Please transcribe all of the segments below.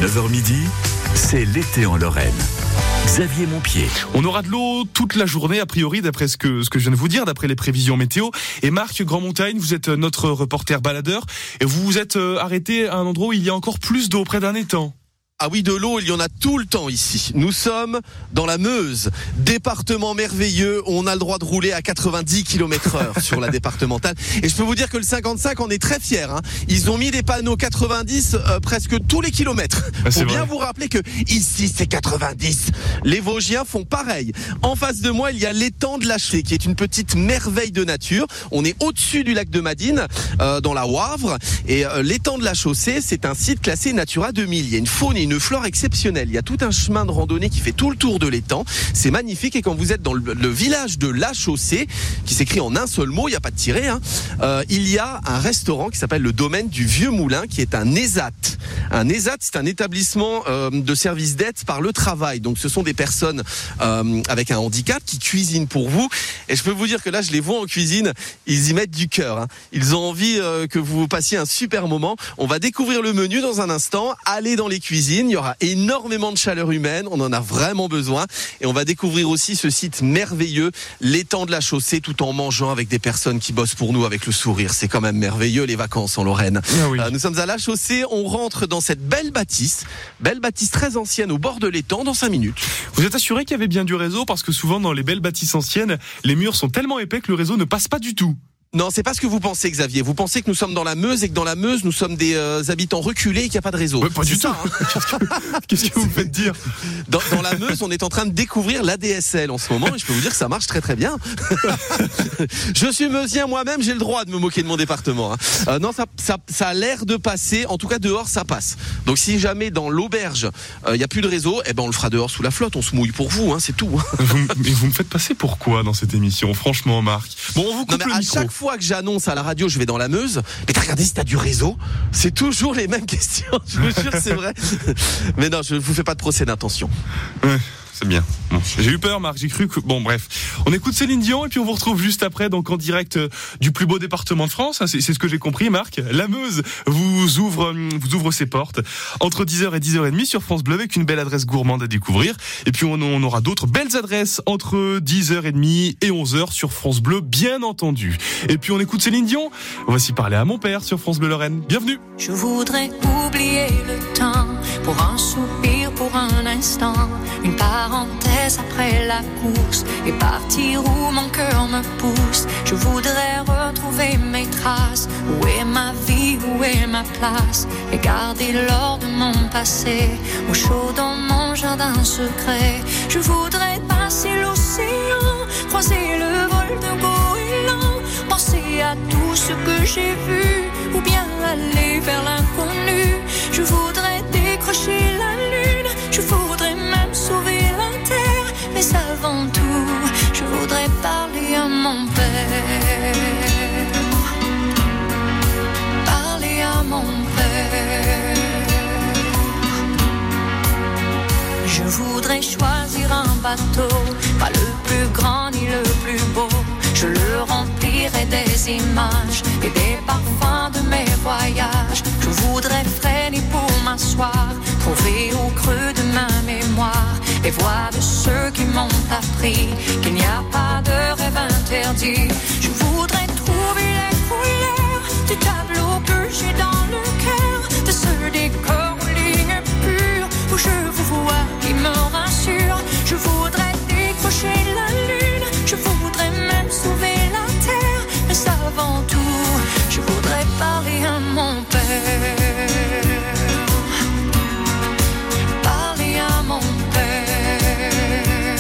9h midi, c'est l'été en Lorraine. Xavier Montpied. On aura de l'eau toute la journée, a priori, d'après ce que je viens de vous dire, d'après les prévisions météo. Et Marc Grandmontagne, vous êtes notre reporter baladeur, et vous vous êtes arrêté à un endroit où il y a encore plus d'eau, près d'un étang. Ah oui, de l'eau, il y en a tout le temps ici. Nous sommes dans la Meuse, département merveilleux. On a le droit de rouler à 90 km/h sur la départementale. Et je peux vous dire que le 55 en est très fier. Ils ont mis des panneaux 90 presque tous les kilomètres. Faut bien vous rappeler que ici c'est 90. Les Vosgiens font pareil. En face de moi, il y a l'étang de la Chaussée, qui est une petite merveille de nature. On est au-dessus du lac de Madine, dans la Wavre. Et l'étang de la Chaussée, c'est un site classé Natura 2000. Il y a une faune et une flore exceptionnelle. Il y a tout un chemin de randonnée qui fait tout le tour de l'étang. C'est magnifique. Et quand vous êtes dans le village de La Chaussée, qui s'écrit en un seul mot, il n'y a pas de tiret, il y a un restaurant qui s'appelle le Domaine du Vieux Moulin, qui est un ESAT. Un ESAT, c'est un établissement de service d'aide par le travail. Donc ce sont des personnes avec un handicap qui cuisinent pour vous. Et je peux vous dire que là, je les vois en cuisine, ils y mettent du cœur. Ils ont envie que vous passiez un super moment. On va découvrir le menu dans un instant. Allez dans les cuisines. Il y aura énormément de chaleur humaine. On en a vraiment besoin. Et on va découvrir aussi ce site merveilleux, l'étang de la Chaussée, tout en mangeant avec des personnes qui bossent pour nous avec le sourire. C'est quand même merveilleux, les vacances en Lorraine. Ah oui. Nous sommes à La Chaussée. On rentre dans cette belle bâtisse très ancienne au bord de l'étang dans 5 minutes. Vous êtes assuré qu'il y avait bien du réseau? Parce que souvent dans les belles bâtisses anciennes, les murs sont tellement épais que le réseau ne passe pas du tout. Non, c'est pas ce que vous pensez, Xavier. Vous pensez que nous sommes dans la Meuse et que dans la Meuse, nous sommes des habitants reculés et qu'il n'y a pas de réseau. Ouais, pas du tout. Qu'est-ce que vous faites dire? Dans la Meuse, on est en train de découvrir l'ADSL en ce moment et je peux vous dire que ça marche très très bien. Je suis meusien moi-même, j'ai le droit de me moquer de mon département. Non, ça a l'air de passer. En tout cas, dehors, ça passe. Donc, si jamais dans l'auberge, il n'y a plus de réseau, on le fera dehors sous la flotte. On se mouille pour vous, c'est tout. Mais vous me faites passer pour quoi dans cette émission? Franchement, Marc. Bon, on vous coupe le micro. Chaque fois que j'annonce à la radio, je vais dans la Meuse. Mais t'as regardé si t'as du réseau? C'est toujours les mêmes questions. Je vous jure, c'est vrai. Mais non, je vous fais pas de procès d'intention. Ouais, c'est bien. Bon, j'ai eu peur, Marc. J'ai cru que... Bon, bref. On écoute Céline Dion et puis on vous retrouve juste après, donc en direct du plus beau département de France. C'est ce que j'ai compris, Marc. La Meuse vous ouvre ses portes entre 10h et 10h30 sur France Bleu avec une belle adresse gourmande à découvrir. Et puis on aura d'autres belles adresses entre 10h30 et 11h sur France Bleu, bien entendu. Et puis on écoute Céline Dion. Voici Parler à mon père sur France Bleu Lorraine. Bienvenue. Je voudrais oublier le temps pour un soupir, pour un instant, une parenthèse après la course et partir où mon cœur me pousse. Je voudrais retrouver mes traces. Où est ma vie, où est ma place? Et garder l'or de mon passé au chaud dans mon jardin secret. Je voudrais passer l'océan, croiser le vol de goéland, penser à tout ce que j'ai vu, ou bien aller vers l'inconnu. Je voudrais décrocher la lune, je voudrais même sauver la terre. Mais avant tout, je voudrais parler à mon père. Parler à mon père. Je voudrais choisir un bateau, pas le plus grand ni le plus beau. Je le remplirai des images et des parfums de mes voyages. Je voudrais freiner pour m'asseoir, trouver au creux de ma mémoire les voix de ceux qui m'ont appris qu'il n'y a pas de rêve interdit. Je voudrais trouver les couleurs du tableau que j'ai dans le cœur, de ce décor aux lignes pures où je vous vois qui me rassure. Je voudrais décrocher la lune, je voudrais même sauver la terre. Mais avant tout, je voudrais parler à mon père. Parler à mon père.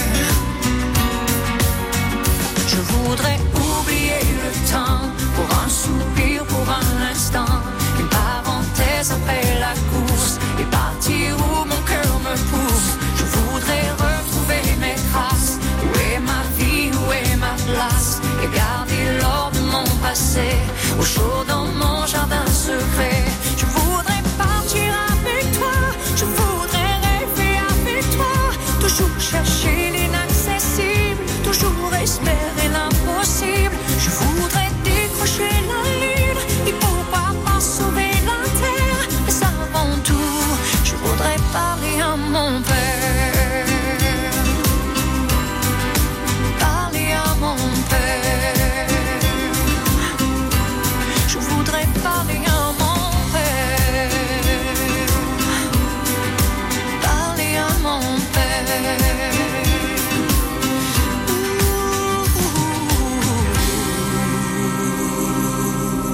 Je voudrais oublier le temps pour un soupir, pour un instant, une parenthèse après la course et partir où mon cœur me pousse. Je voudrais retrouver mes traces. Où est ma vie, où est ma place? Et garder l'or de mon passé au chaud dans mon jardin secret. Je voudrais partir avec toi, je voudrais rêver avec toi, toujours chercher l'inaccessible, toujours espérer l'impossible. Je voudrais décrocher la lune et pourquoi pas sauver la terre. Mais avant tout, je voudrais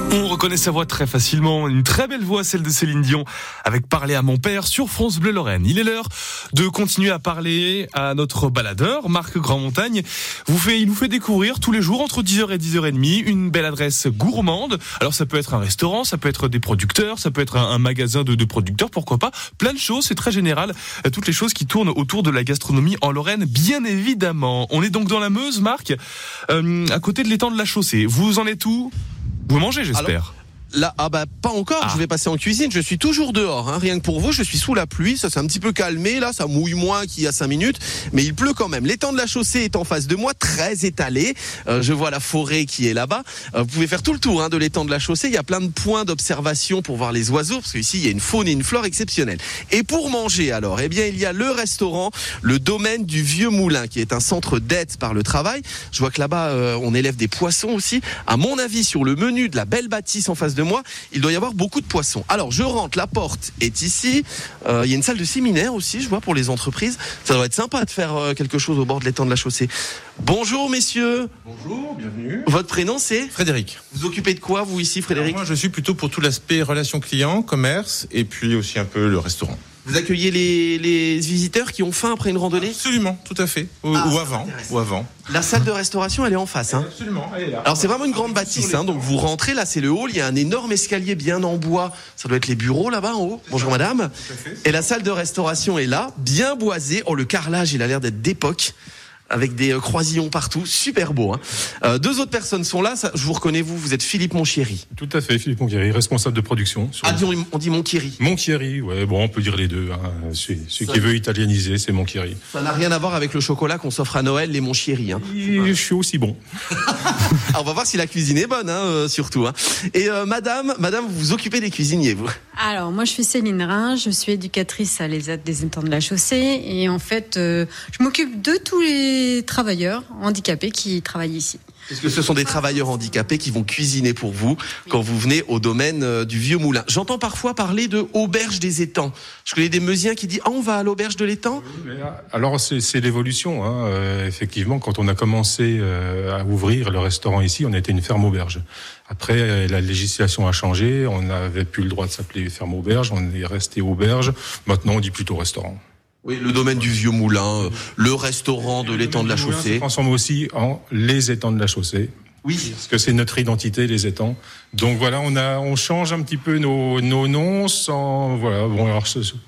On reconnaît sa voix très facilement, une très belle voix, celle de Céline Dion, avec Parler à mon père sur France Bleu Lorraine. Il est l'heure de continuer à parler à notre baladeur, Marc Grandmontagne. Il vous fait découvrir tous les jours, entre 10h et 10h30, une belle adresse gourmande. Alors ça peut être un restaurant, ça peut être des producteurs, ça peut être un magasin de producteurs, pourquoi pas. Plein de choses, c'est très général. Toutes les choses qui tournent autour de la gastronomie en Lorraine, bien évidemment. On est donc dans la Meuse, Marc, à côté de l'étang de la Chaussée. Vous en êtes où ? Vous mangez, j'espère. Là, pas encore. Je vais passer en cuisine. Je suis toujours dehors, hein. Rien que pour vous, je suis sous la pluie. Ça s'est un petit peu calmé. Là, ça mouille moins qu'il y a 5 minutes, mais il pleut quand même. L'étang de la Chaussée est en face de moi, très étalé. Je vois la forêt qui est là-bas. Vous pouvez faire tout le tour de l'étang de la Chaussée. Il y a plein de points d'observation pour voir les oiseaux, parce qu'ici il y a une faune et une flore exceptionnelles. Et pour manger, alors, il y a le restaurant, le domaine du Vieux Moulin, qui est un centre d'aide par le travail. Je vois que là-bas, on élève des poissons aussi. À mon avis, sur le menu de la belle bâtisse en face de moi, il doit y avoir beaucoup de poissons. Alors je rentre, la porte est ici. Il y a une salle de séminaire aussi, je vois, pour les entreprises. Ça doit être sympa de faire quelque chose au bord de l'étang de la Chaussée. Bonjour messieurs. Bonjour, bienvenue. Votre prénom c'est ? Frédéric. Vous occupez de quoi vous ici, Frédéric ? Alors moi je suis plutôt pour tout l'aspect relations clients, commerce et puis aussi un peu le restaurant. Vous accueillez les visiteurs qui ont faim après une randonnée ? Absolument, tout à fait. Ou avant. La salle de restauration, elle est en face. Absolument, elle est là. Alors c'est vraiment une grande bâtisse. Donc vous rentrez, là c'est le hall, il y a un énorme escalier bien en bois. Ça doit être les bureaux là-bas en haut. Bonjour madame. Et la salle de restauration est là, bien boisée. Oh, le carrelage, il a l'air d'être d'époque, avec des croisillons partout, super beau. 2 autres personnes sont là, je vous reconnais, vous êtes Philippe Monchieri. Tout à fait, Philippe Monchieri, responsable de production. On dit Monchieri. Monchieri, ouais, bon, on peut dire les deux. Celui qui veut italianiser, c'est Monchieri. Ça n'a rien à voir avec le chocolat qu'on s'offre à Noël, les Monchieri. Je suis aussi bon. Alors, on va voir si la cuisine est bonne, surtout. Et madame, vous vous occupez des cuisiniers, vous ? Alors, moi, je suis Céline Rhin, je suis éducatrice à l'ESAT des étangs de la Chaussée. Et en fait, je m'occupe de tous les travailleurs handicapés qui travaillent ici. Est-ce que ce sont des travailleurs handicapés qui vont cuisiner pour vous quand vous venez au domaine du Vieux Moulin ? J'entends parfois parler de auberge des étangs. Je connais des Meusiens qui disent « Ah, on va à l'auberge de l'étang ?» Alors, c'est l'évolution. Effectivement, quand on a commencé à ouvrir le restaurant ici, on était une ferme auberge. Après, la législation a changé. On n'avait plus le droit de s'appeler ferme auberge. On est resté auberge. Maintenant, on dit plutôt restaurant. Oui, le domaine du Vieux Moulin, le restaurant de l'étang de la Chaussée. On se transforme aussi en les étangs de la Chaussée. Oui. Parce que c'est notre identité, les étangs. Donc voilà, on change un petit peu nos noms sans, voilà, bon, alors,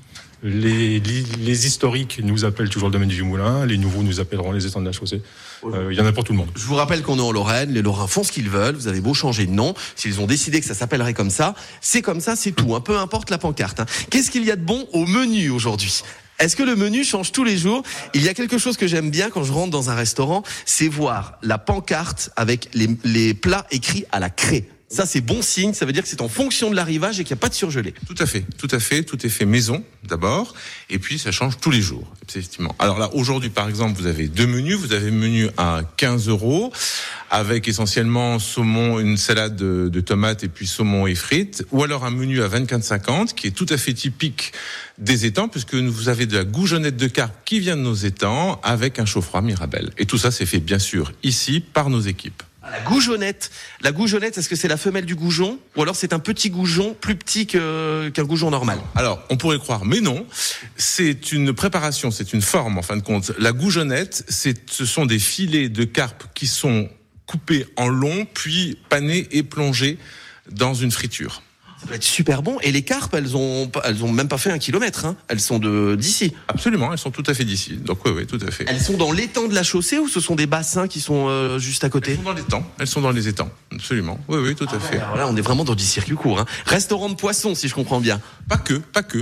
les historiques nous appellent toujours le domaine du Vieux Moulin, les nouveaux nous appelleront les étangs de la Chaussée. Il y en a pour tout le monde. Je vous rappelle qu'on est en Lorraine, les Lorrains font ce qu'ils veulent, vous avez beau changer de nom, s'ils ont décidé que ça s'appellerait comme ça, c'est tout, peu importe la pancarte. Qu'est-ce qu'il y a de bon au menu aujourd'hui ? Est-ce que le menu change tous les jours ? Il y a quelque chose que j'aime bien quand je rentre dans un restaurant, c'est voir la pancarte avec les plats écrits à la craie. Ça, c'est bon signe. Ça veut dire que c'est en fonction de l'arrivage et qu'il n'y a pas de surgelé. Tout à fait. Tout est fait maison, d'abord. Et puis, ça change tous les jours, effectivement. Alors là, aujourd'hui, par exemple, vous avez 2 menus. Vous avez un menu à 15 €, avec essentiellement saumon, une salade de tomates et puis saumon et frites. Ou alors un menu à 24,50, qui est tout à fait typique des étangs, puisque vous avez de la goujonette de carpe qui vient de nos étangs, avec un chaud-froid Mirabelle. Et tout ça, c'est fait, bien sûr, ici, par nos équipes. La goujonette, est-ce que c'est la femelle du goujon ou alors c'est un petit goujon plus petit qu'un goujon normal ? Alors, on pourrait croire, mais non. C'est une préparation, c'est une forme en fin de compte. La goujonette, ce sont des filets de carpe qui sont coupés en long, puis panés et plongés dans une friture. Ça doit être super bon. Et les carpes, elles ont même pas fait 1 kilomètre. Elles sont d'ici. Absolument, elles sont tout à fait d'ici. Donc oui, tout à fait. Elles sont dans l'étang de la Chaussée ou ce sont des bassins qui sont juste à côté ? Elles sont dans les étangs. Absolument. Oui, tout à fait. Alors là, on est vraiment dans du circuit court. Restaurant de poisson, si je comprends bien. Pas que.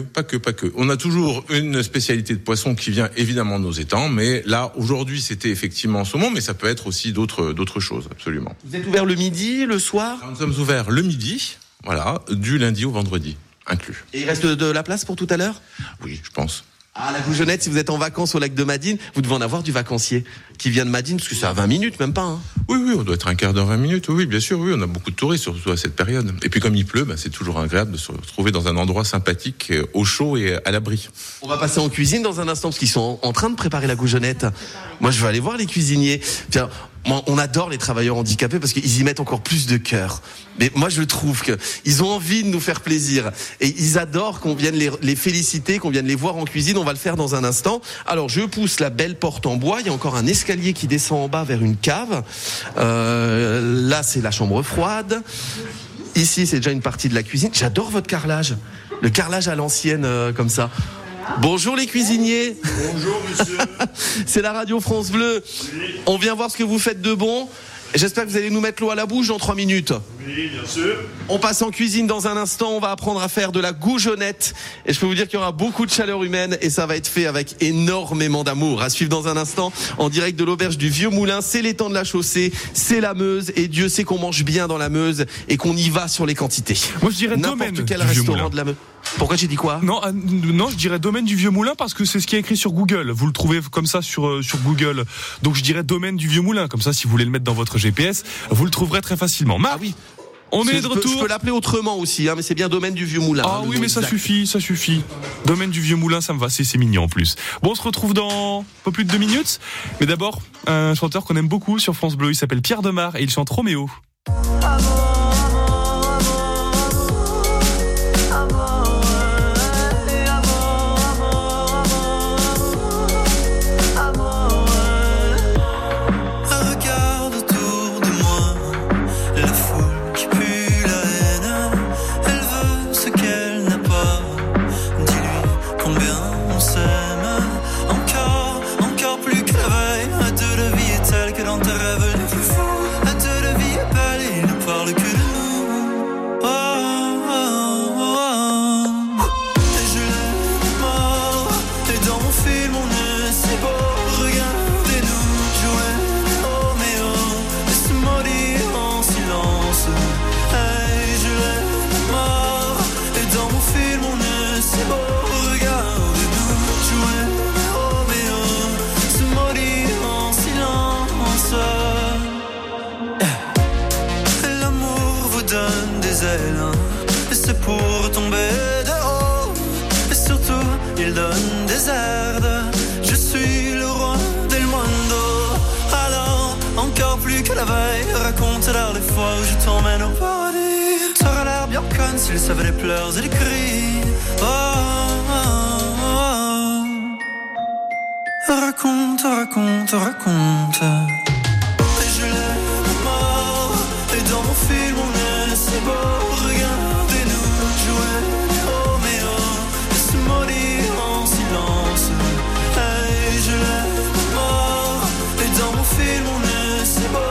On a toujours une spécialité de poisson qui vient évidemment de nos étangs, mais là, aujourd'hui, c'était effectivement saumon, mais ça peut être aussi d'autres choses, absolument. Vous êtes ouvert le midi, le soir ? Nous sommes ouverts le midi. Voilà, du lundi au vendredi, inclus. Et il reste de la place pour tout à l'heure ? Oui, je pense. Ah, la Goujonette, si vous êtes en vacances au lac de Madine, vous devez en avoir du vacancier qui vient de Madine, parce que c'est à 20 minutes, même pas. Oui, on doit être un quart d'heure, 20 minutes. Oui, bien sûr, oui, on a beaucoup de touristes, surtout à cette période. Et puis comme il pleut, c'est toujours agréable de se retrouver dans un endroit sympathique, au chaud et à l'abri. On va passer en cuisine dans un instant, parce qu'ils sont en train de préparer la Goujonette. Moi, je vais aller voir les cuisiniers. Tiens, on adore les travailleurs handicapés parce qu'ils y mettent encore plus de cœur. Mais moi, je trouve que ils ont envie de nous faire plaisir et ils adorent qu'on vienne les féliciter, qu'on vienne les voir en cuisine. On va le faire dans un instant. Alors, je pousse la belle porte en bois. Il y a encore un escalier qui descend en bas vers une cave. Là, c'est la chambre froide. Ici, c'est déjà une partie de la cuisine. J'adore votre carrelage. Le carrelage à l'ancienne, comme ça. Bonjour les cuisiniers. Bonjour monsieur. C'est la radio France Bleu. On vient voir ce que vous faites de bon. J'espère que vous allez nous mettre l'eau à la bouche dans 3 minutes. Oui, bien sûr. On passe en cuisine dans un instant. On va apprendre à faire de la goujonette. Et je peux vous dire qu'il y aura beaucoup de chaleur humaine et ça va être fait avec énormément d'amour. À suivre dans un instant en direct de l'auberge du Vieux Moulin. C'est l'étang de la Chaussée, c'est la Meuse et Dieu sait qu'on mange bien dans la Meuse et qu'on y va sur les quantités. Moi je dirais domaine n'importe quel du Vieux restaurant Moulin. de la Meuse. Pourquoi j'ai dit quoi? Non, je dirais domaine du Vieux Moulin parce que c'est ce qui est écrit sur Google. Vous le trouvez comme ça sur Google. Donc je dirais domaine du Vieux Moulin. Comme ça, si vous voulez le mettre dans votre GPS, vous le trouverez très facilement. Ah oui. On est de retour. Je peux l'appeler autrement aussi, mais c'est bien domaine du Vieux Moulin. Ah oui, mais ça suffit. Domaine du Vieux Moulin, ça me va, c'est mignon en plus. Bon, on se retrouve dans un peu plus de 2 minutes. Mais d'abord, un chanteur qu'on aime beaucoup sur France Bleu, il s'appelle Pierre Demar et il chante Roméo. Raconte alors les fois où je t'emmène au paradis. T'auras l'air bien conne s'il savait les pleurs et les cris. Oh, oh, oh, oh. Raconte. Et je l'aime mort. Et dans mon film on est si beau. Regardez-nous jouer Roméo et se maudire en silence. Et je l'aime mort. Et dans mon film on est si beau.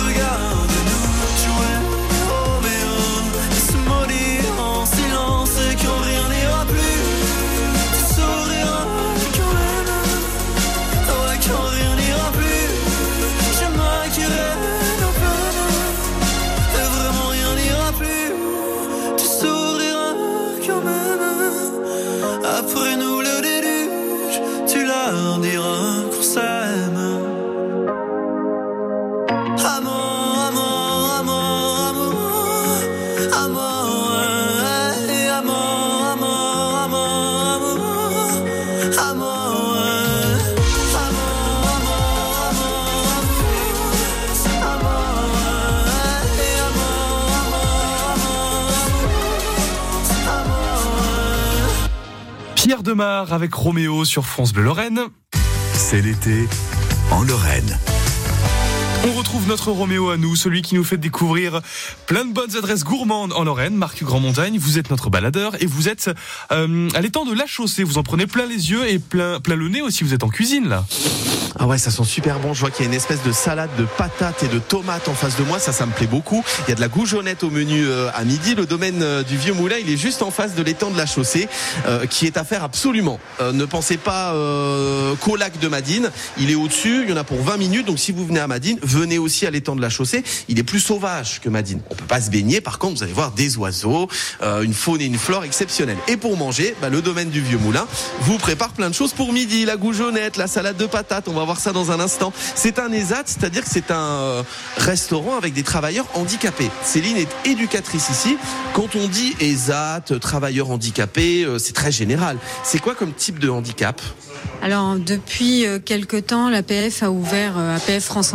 Après nous le déluge, tu leur diras qu'on s'aime. Amour, amour, amour, amour, amour, amour, amour, amour, amour, Pierre Demar avec Roméo sur France Bleu Lorraine. C'est l'été en Lorraine. On retrouve notre Roméo à nous, celui qui nous fait découvrir plein de bonnes adresses gourmandes en Lorraine. Marc Grandmontagne, vous êtes notre baladeur et vous êtes à l'étang de la Chaussée. Vous en prenez plein les yeux et plein le nez aussi. Vous êtes en cuisine là. Ah ouais, ça sent super bon. Je vois qu'il y a une espèce de salade de patates et de tomates en face de moi. Ça me plaît beaucoup. Il y a de la goujonette au menu à midi. Le domaine du Vieux Moulin, il est juste en face de l'étang de la Chaussée, qui est à faire absolument. Ne pensez pas qu'au lac de Madine. Il est au-dessus. Il y en a pour 20 minutes. Donc si vous venez à Madine, venez aussi à l'étang de la Chaussée. Il est plus sauvage que Madine. On peut pas se baigner. Par contre, vous allez voir des oiseaux, une faune et une flore exceptionnelles. Et pour manger, le domaine du Vieux Moulin vous prépare plein de choses pour midi. La goujonette, la salade de patates. On va voir ça dans un instant. C'est un ESAT, c'est-à-dire que c'est un restaurant avec des travailleurs handicapés. Céline est éducatrice ici. Quand on dit ESAT, travailleurs handicapés, c'est très général. C'est quoi comme type de handicap ? Alors, depuis quelque temps, l'APF a ouvert, APF France Handicap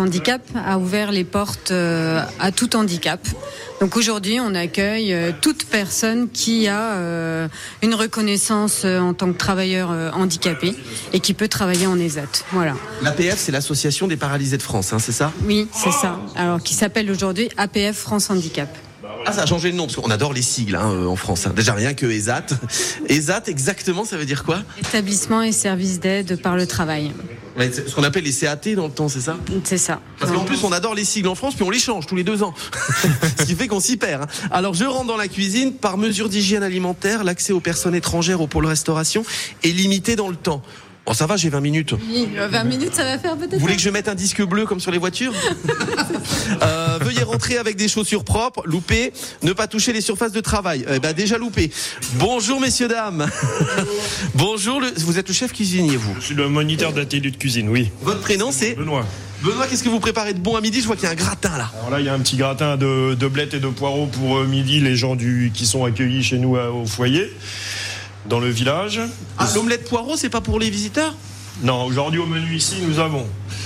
a ouvert les portes à tout handicap. Donc aujourd'hui, on accueille toute personne qui a une reconnaissance en tant que travailleur handicapé et qui peut travailler en ESAT. Voilà. L'APF, c'est l'Association des paralysés de France, hein, c'est ça ? Oui, c'est ça. Alors, qui s'appelle aujourd'hui APF France Handicap. Ah, ça a changé le nom, parce qu'on adore les sigles en France. Hein. Déjà rien que ESAT. ESAT, exactement, ça veut dire quoi ? Établissement et services d'aide par le travail. Ouais, c'est ce qu'on appelle les CAT dans le temps, c'est ça ? C'est ça. Parce qu'en plus, on adore les sigles en France, puis on les change tous les 2 ans. Ce qui fait qu'on s'y perd. Hein. Alors, je rentre dans la cuisine. Par mesure d'hygiène alimentaire, l'accès aux personnes étrangères au pôle restauration est limité dans le temps. Bon, ça va, j'ai 20 minutes. Oui, 20 minutes, ça va faire peut-être. Vous voulez que je mette un disque bleu comme sur les voitures ? Veuillez rentrer avec des chaussures propres, loupées, ne pas toucher les surfaces de travail. Déjà loupé. Bonjour messieurs, dames. Bonjour, vous êtes le chef cuisinier, vous ? Je suis le moniteur d'atelier de cuisine, oui. Votre prénom c'est ? Benoît. Benoît, qu'est-ce que vous préparez de bon à midi ? Je vois qu'il y a un gratin là. Alors là, il y a un petit gratin de blettes et de poireaux pour midi, les gens qui sont accueillis chez nous au foyer, dans le village. Ah, l'omelette poireau, c'est pas pour les visiteurs ? Non, aujourd'hui au menu ici, nous avons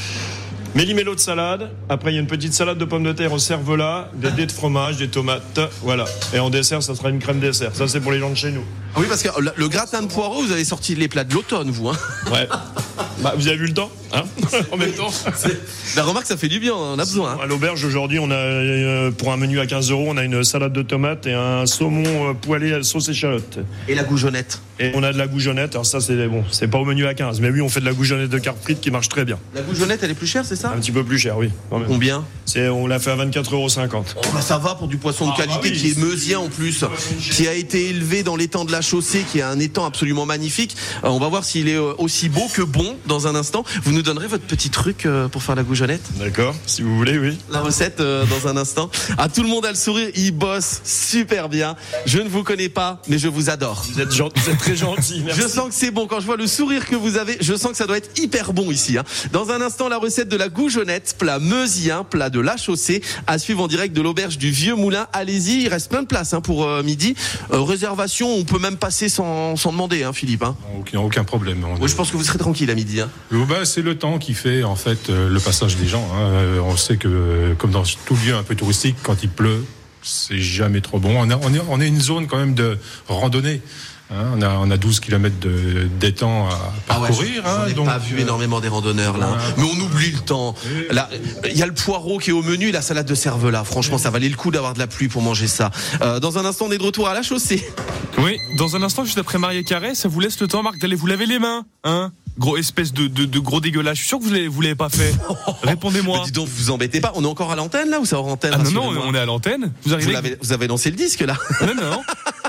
méli-mélo de salade. Après, il y a une petite salade de pommes de terre au cervelas, des dés de fromage, des tomates. Voilà. Et en dessert, ça sera une crème dessert. Ça, c'est pour les gens de chez nous. Ah oui, parce que le gratin de poireau, vous avez sorti les plats de l'automne, vous. Hein ? Ouais. Vous avez vu le temps, hein ? En même temps. La remarque, ça fait du bien, on a besoin. Hein. À l'auberge, aujourd'hui, on a, pour un menu à 15 €, on a une salade de tomates et un saumon poêlé à sauce échalote. Et la goujonette. Et on a de la goujonette. Alors ça, c'est pas au menu à 15. Mais oui, on fait de la goujonette de carpe frite qui marche très bien. La goujonette, elle est plus chère, c'est ça ? Un petit peu plus cher, oui. Quand même. Combien ? On l'a fait à 24,50 €. Ça va pour du poisson de qualité qui est meusien en plus, qui a été élevé dans l'étang de la Chaussée, qui est un étang absolument magnifique. On va voir s'il est aussi beau que bon dans un instant. Vous nous donnerez votre petit truc pour faire la goujonette ? D'accord, si vous voulez, oui. La recette dans un instant. Tout le monde a le sourire, il bosse super bien. Je ne vous connais pas, mais je vous adore. Vous êtes très gentil, merci. Je sens que c'est bon. Quand je vois le sourire que vous avez, je sens que ça doit être hyper bon ici. Hein. Dans un instant, la recette de la goujonette, plat meusien, plat de la Chaussée, à suivre en direct de l'auberge du Vieux Moulin. Allez-y, il reste plein de place pour midi. Réservation, on peut même passer sans demander, hein, Philippe. Hein. Aucun problème. Oui, je pense que vous serez tranquille à midi. Hein. C'est le temps qui fait en fait le passage des gens. Hein. On sait que comme dans tout lieu un peu touristique, quand il pleut, c'est jamais trop bon. On est une zone quand même de randonnée. Hein, on a 12 km d'étang à parcourir. Je n'ai pas vu énormément des randonneurs là. Mais on oublie le temps. Là, il y a le poireau qui est au menu et la salade de cervelas. Franchement, ça valait le coup d'avoir de la pluie pour manger ça. Dans un instant, on est de retour à la Chaussée. Oui, dans un instant, juste après Maria Carré, ça vous laisse le temps, Marc, d'aller vous laver les mains. Hein ? Gros espèce de gros dégueulasse. Je suis sûr que vous l'avez pas fait. Répondez-moi. Mais dis donc, vous embêtez pas. On est encore à l'antenne là ou c'est hors antenne ? Ah non, on est à l'antenne. Vous avez lancé le disque là ? Non.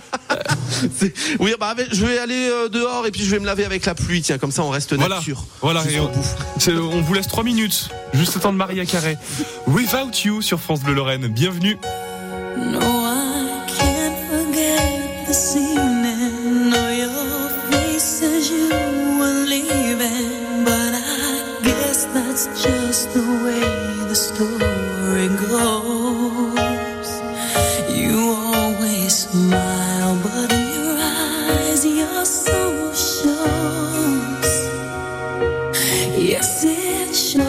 Oui, je vais aller dehors et puis je vais me laver avec la pluie. Tiens, comme ça on reste nature. Voilà. Et on vous laisse 3 minutes. Juste le temps de Maria Carré. Without You sur France Bleu Lorraine. Bienvenue. No, I can't forget this evening. No, your face as you were leaving. But I guess that's just the way the story goes. You always smile, but in your eyes your soul shows. Yes, it shows.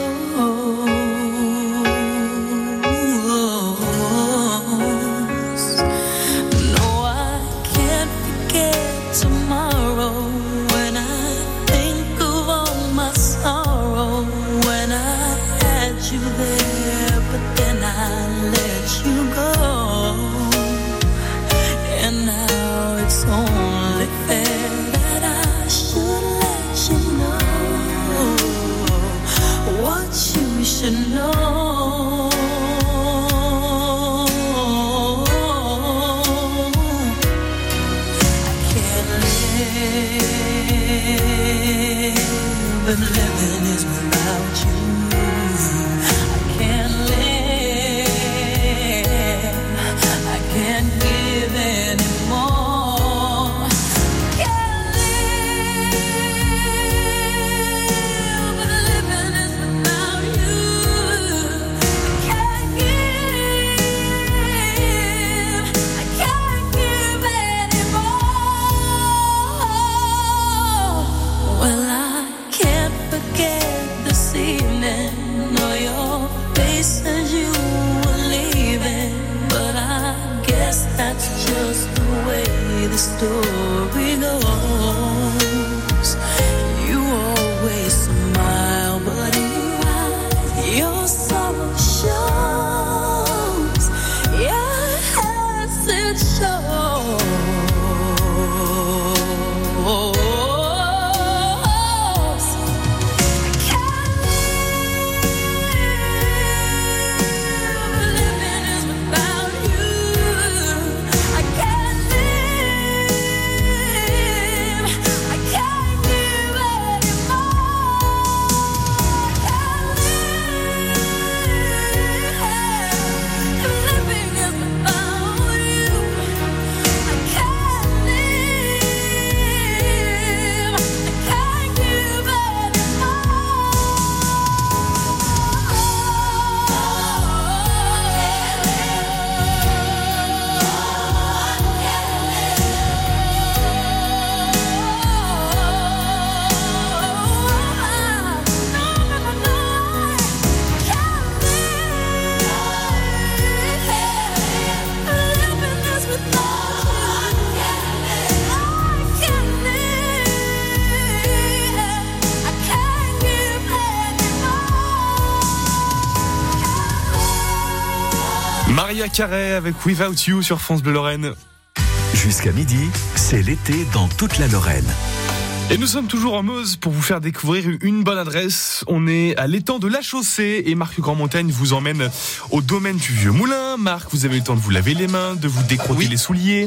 No, I can't forget tomorrow when I think of all my sorrow. When I had you there, but then I let you go. And now it's only fair that I should let you know what you should know. I can't live, and living is without you. I can't live, I can't give anymore. Can't live, but living is without you. I can't give anymore. Well, I can't forget this evening. story goes, you always smile, but in your eyes, your sorrow shows. Yes, it shows. Maria Carey avec Without You sur France Bleu Lorraine. Jusqu'à midi, c'est l'été dans toute la Lorraine. Et nous sommes toujours en Meuse pour vous faire découvrir une bonne adresse. On est à l'étang de la Chaussée et Marc Grandmontagne vous emmène au domaine du Vieux Moulin. Marc, vous avez eu le temps de vous laver les mains, de vous décrotter les souliers.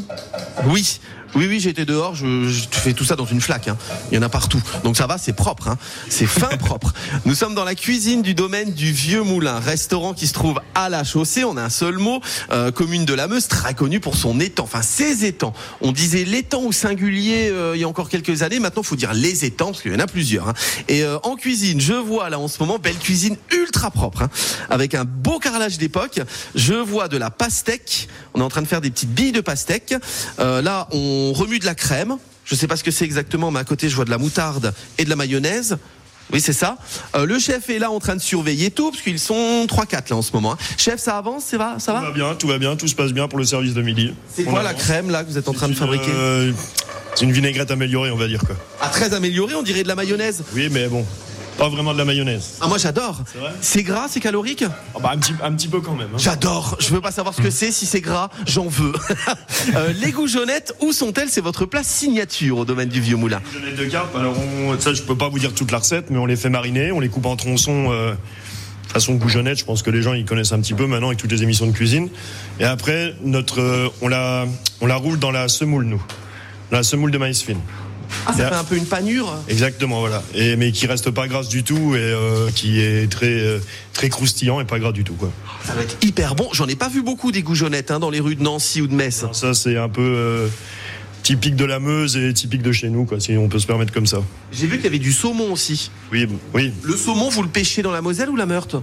Oui, j'étais dehors, je fais tout ça dans une flaque, hein. Il y en a partout. Donc ça va, c'est propre, hein. C'est fin propre. Nous sommes dans la cuisine du domaine du Vieux Moulin, restaurant qui se trouve à la Chaussée, on a un seul mot, commune de la Meuse, très connue pour son étang, enfin ses étangs. On disait l'étang au singulier il y a encore quelques années, maintenant il faut dire les étangs, parce qu'il y en a plusieurs, hein. Et en cuisine, je vois là en ce moment, belle cuisine ultra propre, hein, avec un beau carrelage d'époque. Je vois de la pastèque, on est en train de faire des petites billes de pastèque. Là, on remue de la crème. Je sais pas ce que c'est exactement, mais à côté, je vois de la moutarde et de la mayonnaise. Oui, c'est ça. Le chef est là en train de surveiller tout, parce qu'ils sont 3-4 là en ce moment, hein. Chef, ça avance, ça va? Tout va bien, tout se passe bien pour le service de midi. C'est quoi la crème là que vous êtes en train de fabriquer? C'est une vinaigrette améliorée, on va dire, quoi. Ah, très améliorée, on dirait de la mayonnaise. Oui, mais bon, pas vraiment de la mayonnaise. Ah, moi j'adore. C'est vrai? C'est gras, c'est calorique? Un petit peu quand même, hein. J'adore. Je veux pas savoir ce que c'est. Si c'est gras, j'en veux. Les goujonnettes, où sont-elles? C'est votre plat signature au domaine du Vieux Moulin. Les goujonnettes de carpe, alors ça je peux pas vous dire toute la recette, mais on les fait mariner, on les coupe en tronçons façon goujonnette. Je pense que les gens ils connaissent un petit peu maintenant avec toutes les émissions de cuisine. Et après on la roule dans la semoule, nous. Dans la semoule de maïs fine. Ah, ça fait un peu une panure. Exactement, voilà. Mais qui reste pas grasse du tout et qui est très croustillant et pas gras du tout, quoi. Ça va être hyper bon. J'en ai pas vu beaucoup des goujonnettes, hein, dans les rues de Nancy ou de Metz. Alors ça c'est un peu typique de la Meuse et typique de chez nous, quoi, si on peut se permettre comme ça. J'ai vu qu'il y avait du saumon aussi. Oui. Le saumon, vous le pêchez dans la Moselle ou la Meurthe?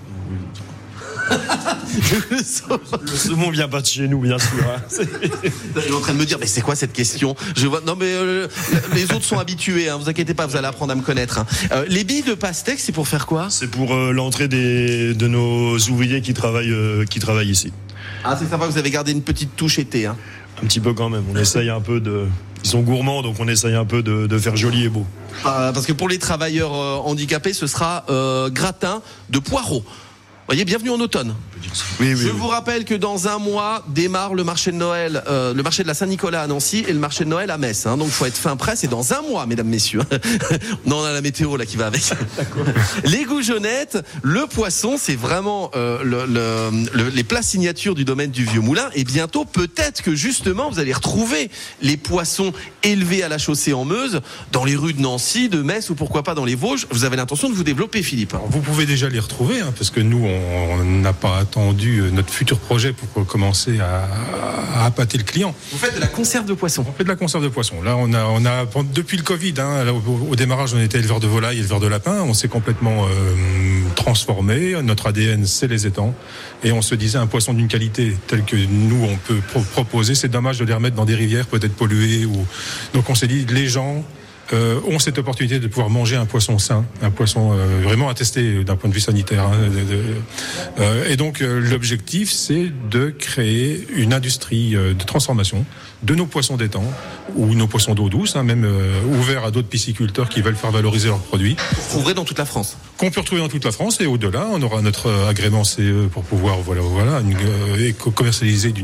Le saumon vient pas de chez nous, bien sûr, hein. Il est en train de me dire, mais c'est quoi cette question? Je vois. Non, mais les autres sont habitués, hein, vous inquiétez pas, vous allez apprendre à me connaître, hein. Les billes de pastèque, c'est pour faire quoi? C'est pour l'entrée de nos ouvriers qui travaillent ici. Ah, c'est sympa, vous avez gardé une petite touche été, hein. Un petit peu quand même. On essaye un peu Ils sont gourmands, donc on essaye un peu de faire joli et beau. Parce que pour les travailleurs handicapés, ce sera gratin de poireaux. Voyez, bienvenue en automne. Je vous rappelle que dans un mois démarre le marché de Noël, le marché de la Saint-Nicolas à Nancy et le marché de Noël à Metz, hein. Donc il faut être fin prêt, c'est dans un mois, mesdames, messieurs. Non, on a la météo là qui va avec. Les goujonnettes, le poisson, c'est vraiment les plats signatures du domaine du Vieux Moulin. Et bientôt, peut-être que justement, vous allez retrouver les poissons élevés à la Chaussée en Meuse, dans les rues de Nancy, de Metz ou pourquoi pas dans les Vosges. Vous avez l'intention de vous développer, Philippe? Alors, vous pouvez déjà les retrouver, hein, parce que nous, on n'a pas attendu notre futur projet pour commencer à appâter le client. Vous faites de la conserve de poisson? On fait de la conserve de poisson. Là, on a depuis le Covid, hein, là, au démarrage, on était éleveur de volailles, éleveur de lapins. On s'est complètement transformé. Notre ADN, c'est les étangs. Et on se disait, un poisson d'une qualité telle que nous, on peut proposer, c'est dommage de les remettre dans des rivières peut-être polluées. Donc on s'est dit, les gens ont cette opportunité de pouvoir manger un poisson sain, un poisson vraiment attesté d'un point de vue sanitaire. Et donc l'objectif, c'est de créer une industrie de transformation de nos poissons d'étang ou nos poissons d'eau douce, même ouverts à d'autres pisciculteurs qui veulent faire valoriser leurs produits. Trouverez dans toute la France. Qu'on peut retrouver dans toute la France et au-delà, on aura notre agrément CE pour pouvoir commercialiser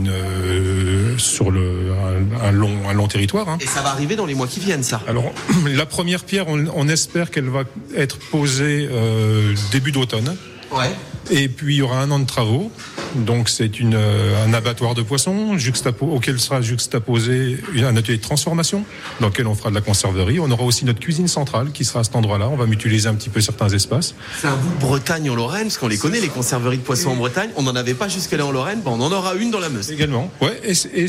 sur un long territoire. Et ça va arriver dans les mois qui viennent, ça. Alors la première pierre, on espère qu'elle va être posée début d'automne. Ouais. Et puis il y aura 1 an de travaux. Donc c'est un abattoir de poissons auquel sera juxtaposé un atelier de transformation dans lequel on fera de la conserverie. On aura aussi notre cuisine centrale qui sera à cet endroit-là. On va mutualiser un petit peu certains espaces. C'est un bout de Bretagne en Lorraine, parce qu'on les connaît, les conserveries de poissons en Bretagne. On n'en avait pas jusque-là en Lorraine, on en aura une dans la Meuse. Également. Ouais.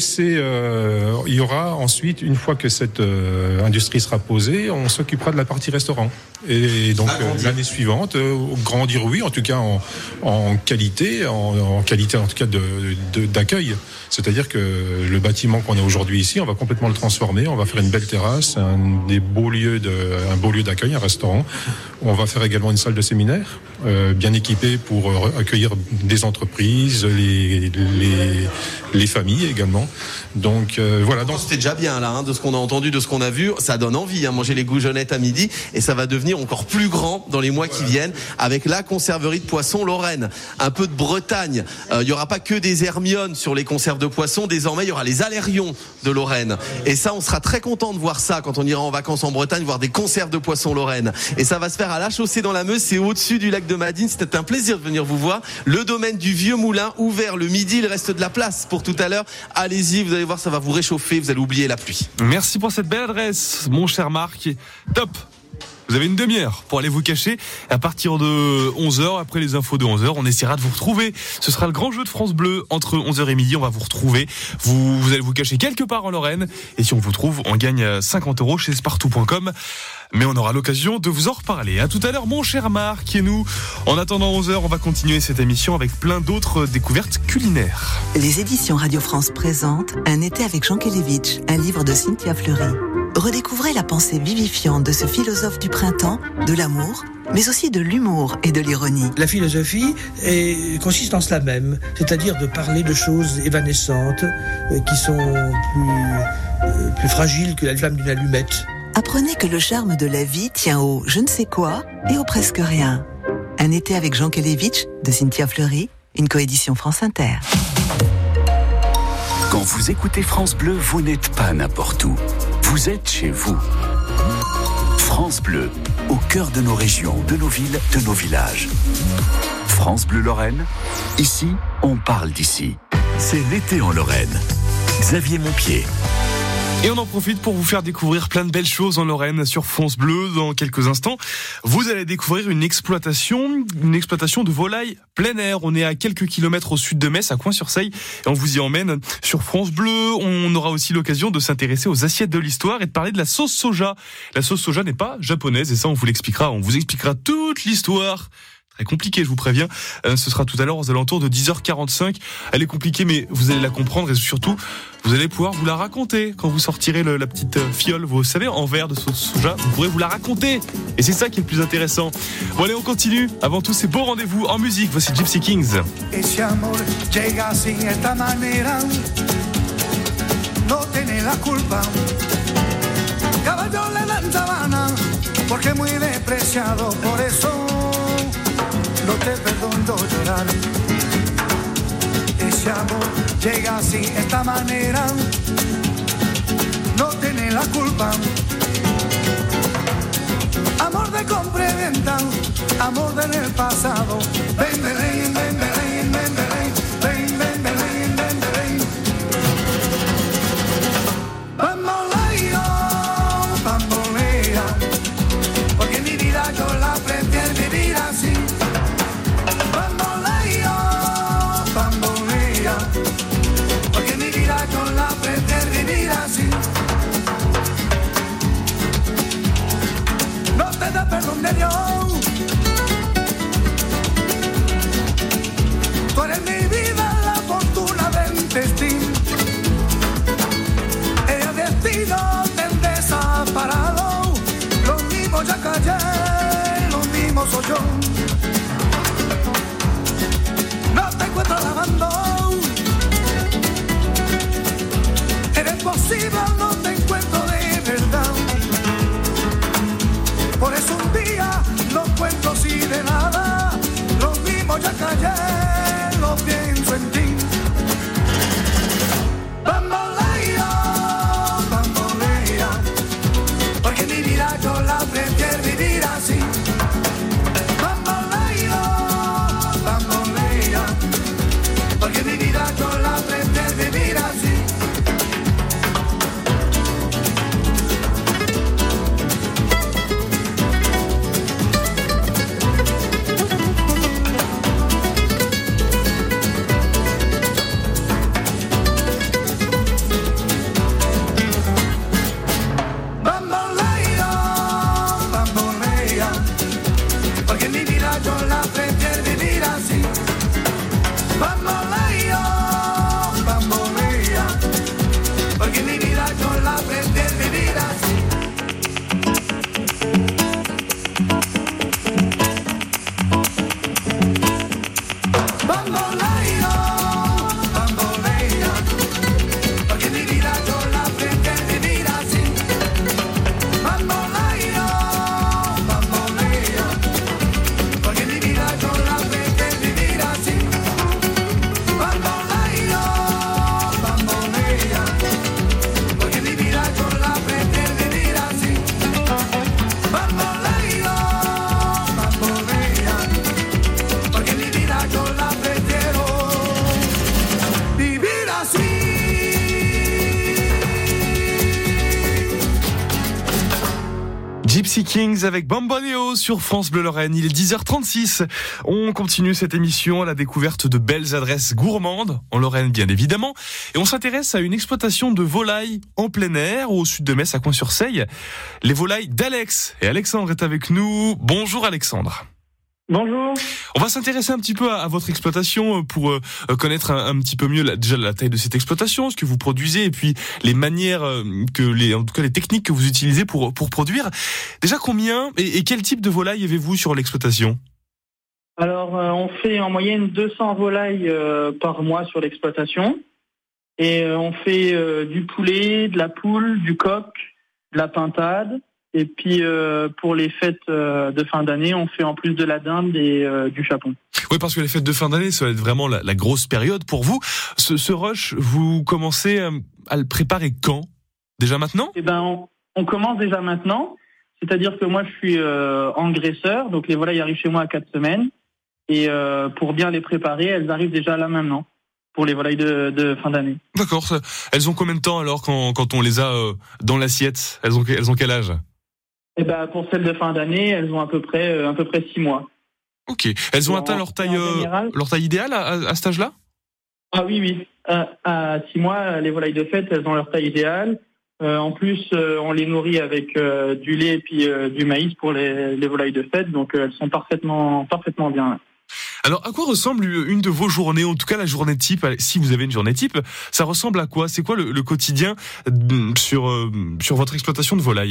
Il y aura ensuite, une fois que cette industrie sera posée, on s'occupera de la partie restaurant. Et donc l'année suivante, grandir, oui, en tout cas en qualité, en qualité en tout cas d'accueil. C'est-à-dire que le bâtiment qu'on a aujourd'hui ici, on va complètement le transformer. On va faire une belle terrasse, un beau lieu d'accueil, un restaurant. On va faire également une salle de séminaire bien équipée pour accueillir des entreprises, les familles également. Donc voilà. Donc c'était déjà bien là, de ce qu'on a entendu, de ce qu'on a vu. Ça donne envie, manger les goujonnettes à midi, et ça va devenir encore plus grand dans les mois qui viennent avec la conserverie de poissons Lorraine. Un peu de Bretagne. Il y aura pas que des hermionnes sur les conserves de poissons. Désormais, il y aura les alérions de Lorraine. Et ça, on sera très content de voir ça quand on ira en vacances en Bretagne, voir des conserves de poissons Lorraine. Et ça va se faire à la Chaussée dans la Meuse. C'est au-dessus du lac de Madine. C'était un plaisir de venir vous voir. Le domaine du Vieux Moulin, ouvert le midi. Il reste de la place pour tout à l'heure. Allez-y, vous allez voir, ça va vous réchauffer. Vous allez oublier la pluie. Merci pour cette belle adresse, mon cher Marc. Top. Vous avez une demi-heure pour aller vous cacher. À partir de 11h, après les infos de 11h, on essaiera de vous retrouver. Ce sera le grand jeu de France Bleu. Entre 11h et midi, on va vous retrouver. Vous allez vous cacher quelque part en Lorraine. Et si on vous trouve, on gagne 50 € chez spartou.com. Mais on aura l'occasion de vous en reparler. À tout à l'heure, mon cher Marc. Et nous, en attendant 11h, on va continuer cette émission avec plein d'autres découvertes culinaires. Les éditions Radio France présentent Un été avec Jean Kelevitch, un livre de Cynthia Fleury. Redécouvrez la pensée vivifiante de ce philosophe du printemps, de l'amour, mais aussi de l'humour et de l'ironie. La philosophie consiste en cela même, c'est-à-dire de parler de choses évanescentes qui sont plus fragiles que la flamme d'une allumette. Apprenez que le charme de la vie tient au je ne sais quoi et au presque rien. Un été avec Jean Kelevitch de Cynthia Fleury, une coédition France Inter. Quand vous écoutez France Bleu, vous n'êtes pas n'importe où. Vous êtes chez vous. France Bleu, au cœur de nos régions, de nos villes, de nos villages. France Bleu Lorraine, ici, on parle d'ici. C'est l'été en Lorraine. Xavier Montpied. Et on en profite pour vous faire découvrir plein de belles choses en Lorraine sur France Bleu. Dans quelques instants, vous allez découvrir une exploitation de volailles plein air. On est à quelques kilomètres au sud de Metz, à Coin-sur-Seille, et on vous y emmène sur France Bleu. On aura aussi l'occasion de s'intéresser aux assiettes de l'histoire et de parler de la sauce soja. La sauce soja n'est pas japonaise, et ça on vous l'expliquera. On vous expliquera toute l'histoire. Très compliqué, je vous préviens. Ce sera tout à l'heure aux alentours de 10h45. Elle est compliquée, mais vous allez la comprendre, et surtout, vous allez pouvoir vous la raconter quand vous sortirez la petite fiole, vous savez, en verre de sauce soja. Vous pourrez vous la raconter. Et c'est ça qui est le plus intéressant. Bon, allez, on continue. Avant tout, c'est beau rendez-vous en musique. Voici Gypsy Kings. Ese amor llega así, esta manera, no tiene la culpa. Caballo le dan sabana, porque muy despreciado, por eso no te perdono llorar. Ese amor llega así, esta manera, no tiene la culpa. Amor de compra y venta, amor del pasado. Ven, ven, ven, ven, ven, ven, ven, ven, ven, ven, ven, ven, ven. Bamboleo, bambolea, porque mi vida yo la prefiero vivir así. Bamboleo, bambolea, porque mi vida yo la prefiero vivir así. No te da perdón de Dios. Tú eres mi vida, la fortuna del destino. El destino te desamparado. mismo ya callé, lo mismo soy yo. No te encuentro lavando, eres posible, no te encuentro de verdad. Por eso un día no cuento así de nada, lo mismo ya callé, lo pienso en ti. Bambolea, bambolea, porque mi vida yo la prefiero vivir así. Bambolea, bambolea, porque mi vida yo la prefiero vivir así. Gypsy Kings avec Bamboleo sur France Bleu Lorraine. Il est 10h36. On continue cette émission à la découverte de belles adresses gourmandes, en Lorraine bien évidemment. Et on s'intéresse à une exploitation de volailles en plein air au sud de Metz à Coin-sur-Seille. Les volailles d'Alex. Et Alexandre est avec nous. Bonjour Alexandre. Bonjour. On va s'intéresser un petit peu à votre exploitation pour connaître un petit peu mieux déjà la taille de cette exploitation, ce que vous produisez et puis les manières en tout cas les techniques que vous utilisez pour produire. Déjà combien et quel type de volaille avez-vous sur l'exploitation ? Alors on fait en moyenne 200 volailles par mois sur l'exploitation et on fait du poulet, de la poule, du coq, de la pintade. Et puis pour les fêtes de fin d'année, on fait en plus de la dinde et du chapon. Oui, parce que les fêtes de fin d'année, ça va être vraiment la grosse période pour vous. Ce rush, vous commencez à le préparer quand ? Déjà maintenant ? Eh ben, on commence déjà maintenant. C'est-à-dire que moi, je suis engraisseur, donc les volailles arrivent chez moi à 4 semaines. Et pour bien les préparer, elles arrivent déjà là maintenant. Pour les volailles de fin d'année. D'accord. Elles ont combien de temps alors quand on les a dans l'assiette ? Elles ont quel âge ? Eh ben, pour celles de fin d'année, elles ont à peu près 6 mois. Ok. Elles ont atteint leur taille idéale à cet âge-là ? Ah oui. À 6 mois, les volailles de fête, elles ont leur taille idéale. En plus, on les nourrit avec du lait et puis du maïs pour les volailles de fête, donc elles sont parfaitement bien. Alors, à quoi ressemble une de vos journées, en tout cas la journée type, si vous avez une journée type, ça ressemble à quoi ? C'est quoi le quotidien sur votre exploitation de volailles ?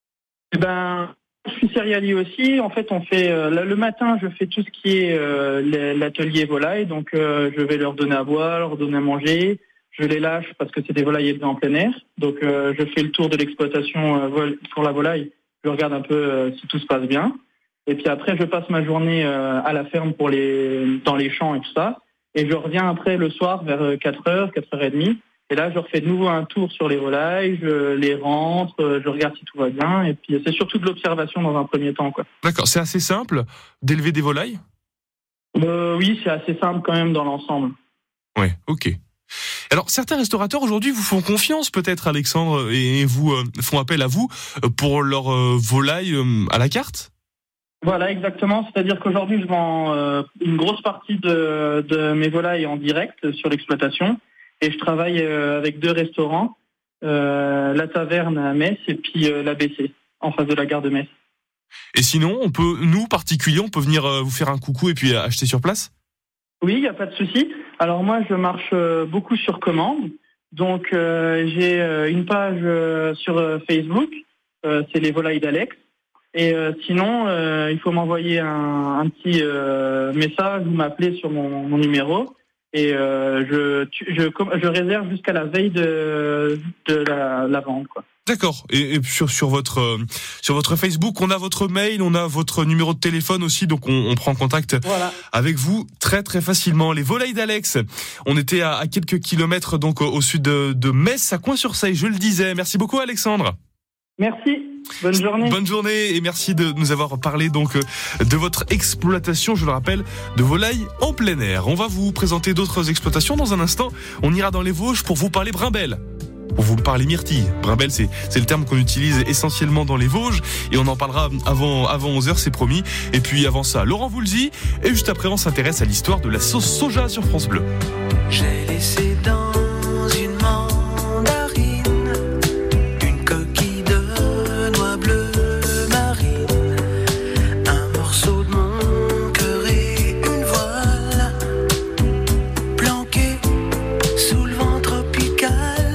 Eh ben, je suis céréalier aussi. En fait, on fait le matin, je fais tout ce qui est l'atelier volaille. Donc, je vais leur donner à boire, leur donner à manger. Je les lâche parce que c'est des volailles élevées en plein air. Donc, je fais le tour de l'exploitation pour la volaille. Je regarde un peu si tout se passe bien. Et puis après, je passe ma journée à la ferme dans les champs et tout ça. Et je reviens après le soir vers 4h, 4h30. Et là, je refais de nouveau un tour sur les volailles, je les rentre, je regarde si tout va bien. Et puis, c'est surtout de l'observation dans un premier temps, quoi. D'accord. C'est assez simple d'élever des volailles ? Oui, c'est assez simple quand même dans l'ensemble. Oui, ok. Alors, certains restaurateurs aujourd'hui vous font confiance, peut-être, Alexandre, et vous font appel à vous pour leurs volailles à la carte ? Voilà, exactement. C'est-à-dire qu'aujourd'hui, je vends une grosse partie de mes volailles en direct sur l'exploitation. Et je travaille avec 2 restaurants, la Taverne à Metz et puis l'ABC, en face de la gare de Metz. Et sinon, nous, particuliers, on peut venir vous faire un coucou et puis acheter sur place ? Oui, il n'y a pas de souci. Alors moi, je marche beaucoup sur commande. Donc, j'ai une page sur Facebook, c'est les volailles d'Alex. Et sinon, il faut m'envoyer un petit message ou m'appeler sur mon numéro. Et je réserve jusqu'à la veille de la vente, quoi. D'accord. Et sur votre Facebook, on a votre mail, on a votre numéro de téléphone aussi, donc on prend contact avec vous très très facilement. Les volailles d'Alex, on était à quelques kilomètres donc au sud de Metz, à Coin-sur-Seille, je le disais. Merci beaucoup Alexandre. Merci. Bonne journée. Bonne journée et merci de nous avoir parlé donc de votre exploitation, je le rappelle, de volailles en plein air. On va vous présenter d'autres exploitations dans un instant. On ira dans les Vosges pour vous parler Brimbelle. Pour vous parler myrtille. Brimbelle, c'est le terme qu'on utilise essentiellement dans les Vosges et on en parlera avant 11h, c'est promis. Et puis avant ça, Laurent Voulzy et juste après on s'intéresse à l'histoire de la sauce soja sur France Bleu. J'ai laissé dans une mandarine une coquille de noix bleues marine, un morceau de mon cœur et une voile planquée sous le vent tropical.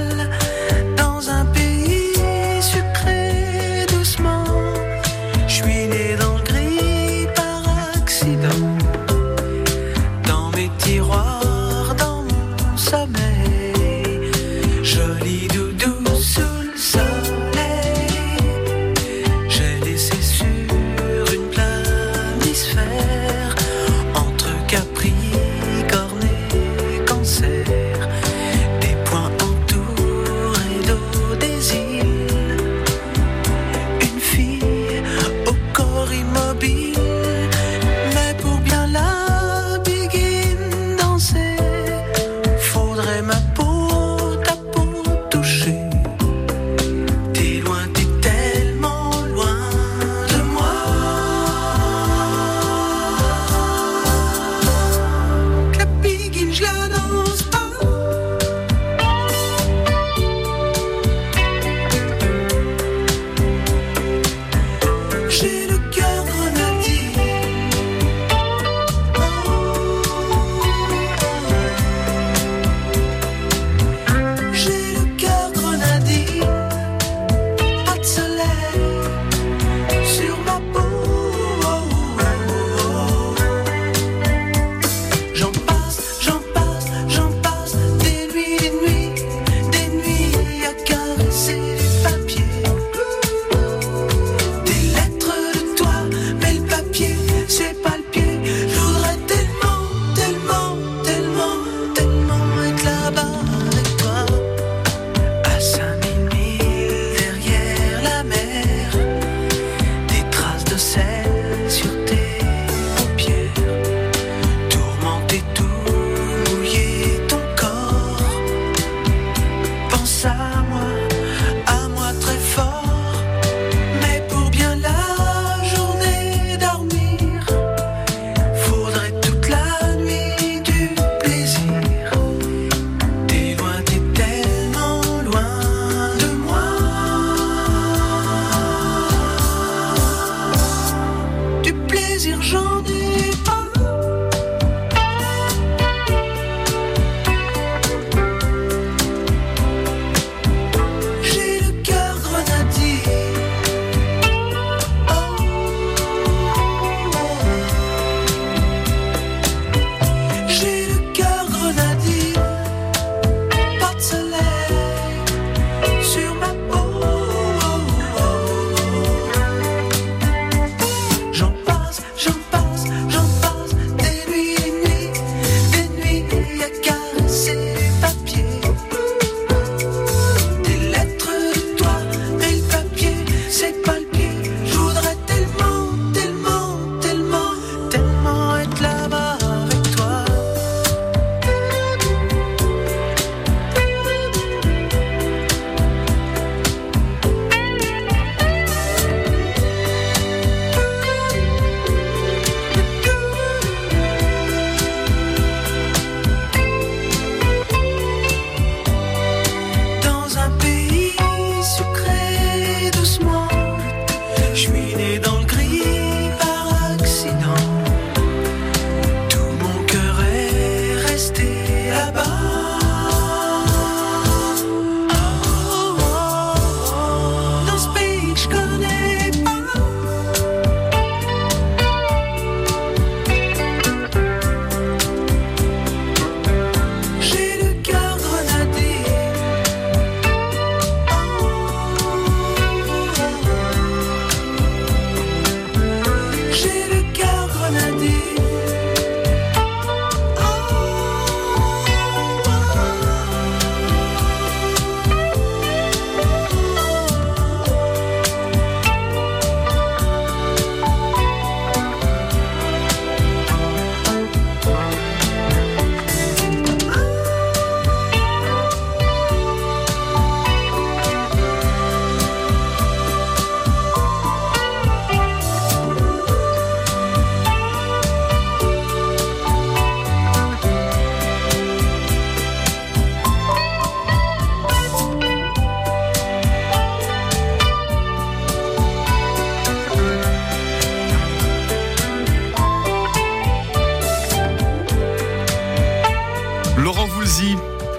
Dans mes tiroirs, dans mon sommeil, joli doudou sous le soleil, j'ai laissé sur une planisphère entre Capricorne et Cancer des points entourés d'eau des îles, une fille au corps immobile.